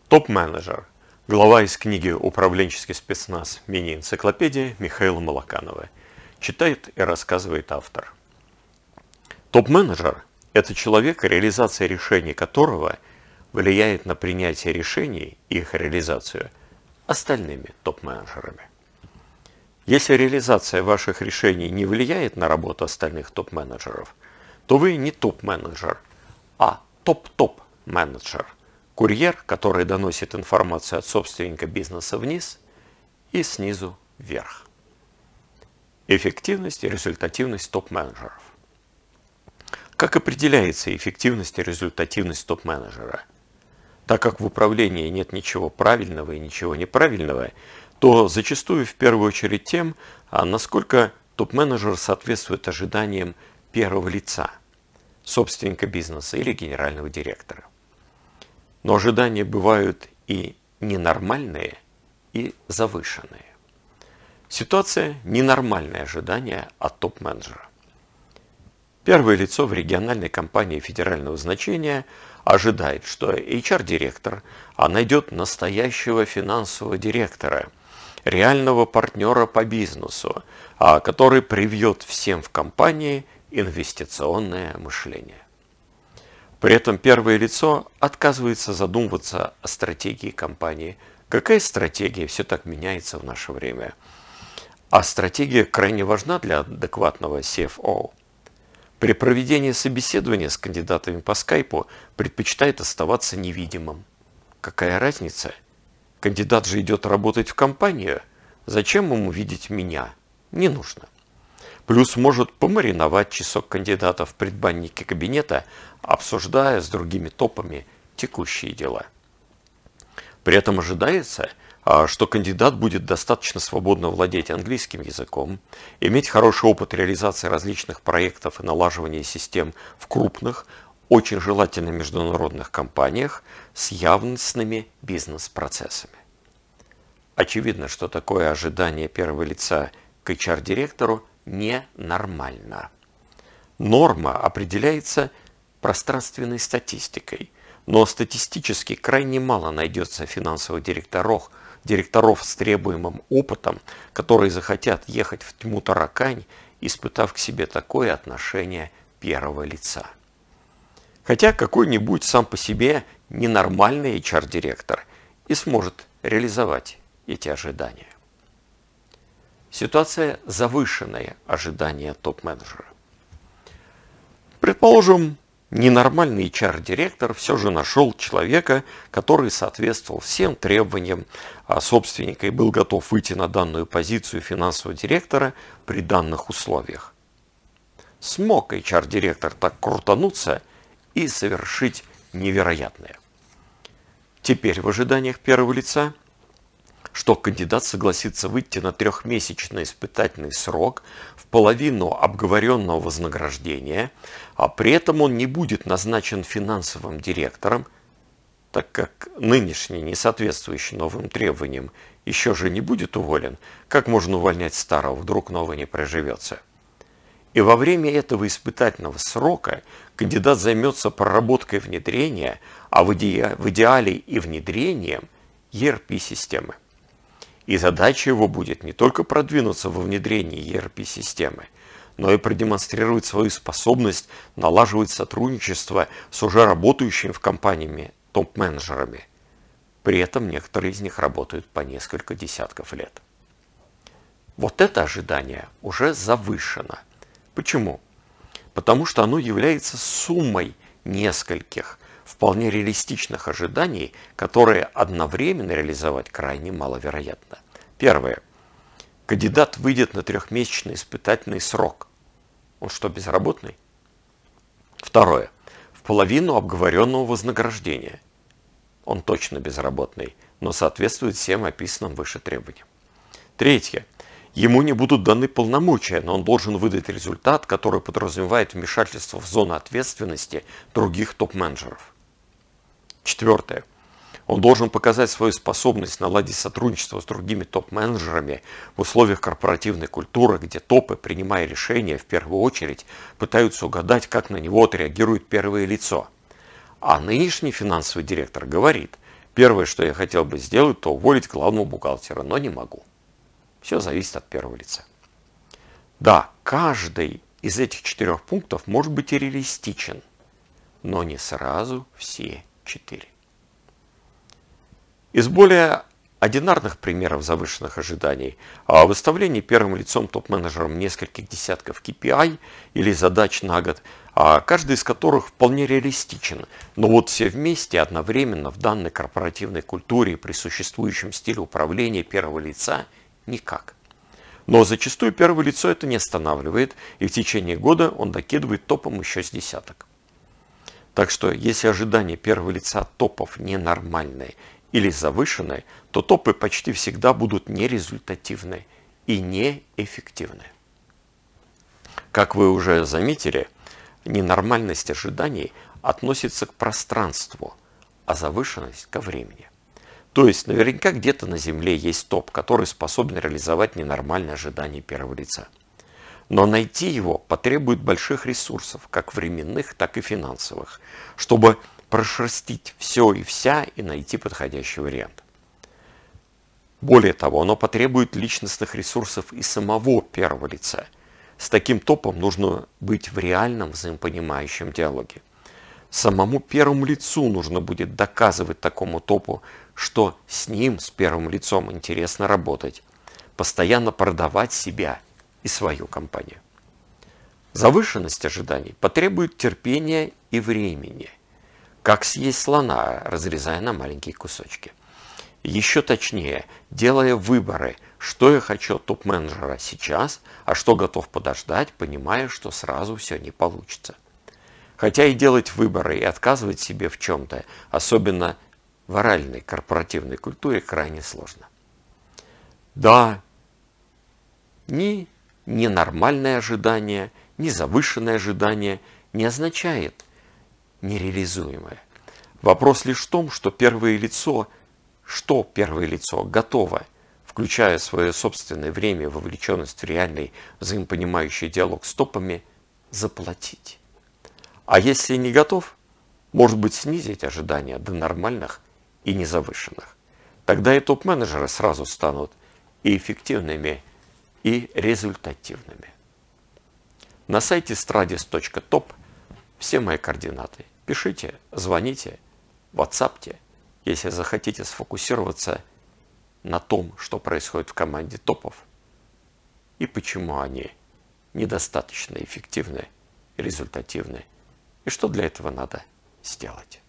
Топ-менеджер. Глава из книги «Управленческий спецназ. Мини-энциклопедия» Михаила Молоканова. Читает и рассказывает автор. Топ-менеджер – это человек, реализация решений которого влияет на принятие решений и их реализацию остальными топ-менеджерами. Если реализация ваших решений не влияет на работу остальных топ-менеджеров, то вы не топ-менеджер, а топ-топ-менеджер. Курьер, который доносит информацию от собственника бизнеса вниз и снизу вверх. Эффективность и результативность топ-менеджеров. Как определяется эффективность и результативность топ-менеджера? Так как в управлении нет ничего правильного и ничего неправильного, то зачастую в первую очередь тем, насколько топ-менеджер соответствует ожиданиям первого лица, собственника бизнеса или генерального директора. Но ожидания бывают и ненормальные, и завышенные. Ситуация – ненормальное ожидание от топ-менеджера. Первое лицо в региональной компании федерального значения ожидает, что HR-директор найдет настоящего финансового директора, реального партнера по бизнесу, который привьет всем в компании инвестиционное мышление. При этом первое лицо отказывается задумываться о стратегии компании. Какая стратегия? Все так меняется в наше время. А стратегия крайне важна для адекватного CFO. При проведении собеседования с кандидатами по скайпу предпочитает оставаться невидимым. Какая разница? Кандидат же идет работать в компанию. Зачем ему видеть меня? Не нужно. Плюс может помариновать часок кандидата в предбаннике кабинета, обсуждая с другими топами текущие дела. При этом ожидается, что кандидат будет достаточно свободно владеть английским языком, иметь хороший опыт реализации различных проектов и налаживания систем в крупных, очень желательно международных компаниях с явностными бизнес-процессами. Очевидно, что такое ожидание первого лица к HR-директору ненормально. Норма определяется пространственной статистикой, но статистически крайне мало найдется финансовых директоров с требуемым опытом, которые захотят ехать в тьму таракань, испытав к себе такое отношение первого лица. Хотя какой-нибудь сам по себе ненормальный HR-директор и сможет реализовать эти ожидания. Ситуация – завышенное ожидание топ-менеджера. Предположим, ненормальный HR-директор все же нашел человека, который соответствовал всем требованиям собственника и был готов выйти на данную позицию финансового директора при данных условиях. Смог HR-директор так крутануться и совершить невероятное. Теперь в ожиданиях первого лица, что кандидат согласится выйти на 3-месячный испытательный срок в половину обговоренного вознаграждения, а при этом он не будет назначен финансовым директором, так как нынешний, не соответствующий новым требованиям, еще же не будет уволен, как можно увольнять старого, вдруг новый не приживется. И во время этого испытательного срока кандидат займется проработкой внедрения, а в идеале и внедрением ERP-системы. И задача его будет не только продвинуться во внедрении ERP-системы, но и продемонстрировать свою способность налаживать сотрудничество с уже работающими в компаниями топ-менеджерами. При этом некоторые из них работают по несколько десятков лет. Вот это ожидание уже завышено. Почему? Потому что оно является суммой нескольких вполне реалистичных ожиданий, которые одновременно реализовать крайне маловероятно. Первое. Кандидат выйдет на 3-месячный испытательный срок. Он что, безработный? Второе. В половину обговоренного вознаграждения. Он точно безработный, но соответствует всем описанным выше требованиям. Третье. Ему не будут даны полномочия, но он должен выдать результат, который подразумевает вмешательство в зону ответственности других топ-менеджеров. Четвертое. Он должен показать свою способность наладить сотрудничество с другими топ-менеджерами в условиях корпоративной культуры, где топы, принимая решения, в первую очередь пытаются угадать, как на него отреагирует первое лицо. А нынешний финансовый директор говорит, Первое, что я хотел бы сделать, то уволить главного бухгалтера, но не могу. Все зависит от первого лица. Да, каждый из этих 4 пунктов может быть и реалистичен, но не сразу все 4. Из более одинарных примеров завышенных ожиданий выставление первым лицом топ-менеджером нескольких десятков KPI или задач на год, каждый из которых вполне реалистичен, но вот все вместе одновременно в данной корпоративной культуре и при существующем стиле управления первого лица никак. Но зачастую первое лицо это не останавливает, и в течение года он докидывает топом еще с десяток. Так что, если ожидания первого лица топов ненормальные или завышенные, то топы почти всегда будут нерезультативны и неэффективны. Как вы уже заметили, ненормальность ожиданий относится к пространству, а завышенность ко времени. То есть наверняка где-то на Земле есть топ, который способен реализовать ненормальные ожидания первого лица. Но найти его потребует больших ресурсов, как временных, так и финансовых, чтобы прошерстить все и вся и найти подходящий вариант. Более того, оно потребует личностных ресурсов и самого первого лица. С таким топом нужно быть в реальном взаимопонимающем диалоге. Самому первому лицу нужно будет доказывать такому топу, что с ним, с первым лицом, интересно работать, постоянно продавать себя и свою компанию. Завышенность ожиданий потребует терпения и времени. Как съесть слона, разрезая на маленькие кусочки. Еще точнее, делая выборы, что я хочу от топ-менеджера сейчас, а что готов подождать, понимая, что сразу все не получится. Хотя и делать выборы и отказывать себе в чем-то, особенно в оральной корпоративной культуре, крайне сложно. Да, ни ненормальное ожидание, ни завышенное ожидание не означает нереализуемое. Вопрос лишь в том, что первое лицо готово, включая свое собственное время и вовлеченность в реальный взаимопонимающий диалог с топами, заплатить. А если не готов, может быть, снизить ожидания до нормальных и незавышенных. Тогда и топ-менеджеры сразу станут и эффективными, и результативными. На сайте stradis.top все мои координаты. Пишите, звоните, ватсапьте, если захотите сфокусироваться на том, что происходит в команде топов и почему они недостаточно эффективны, результативны, и что для этого надо сделать.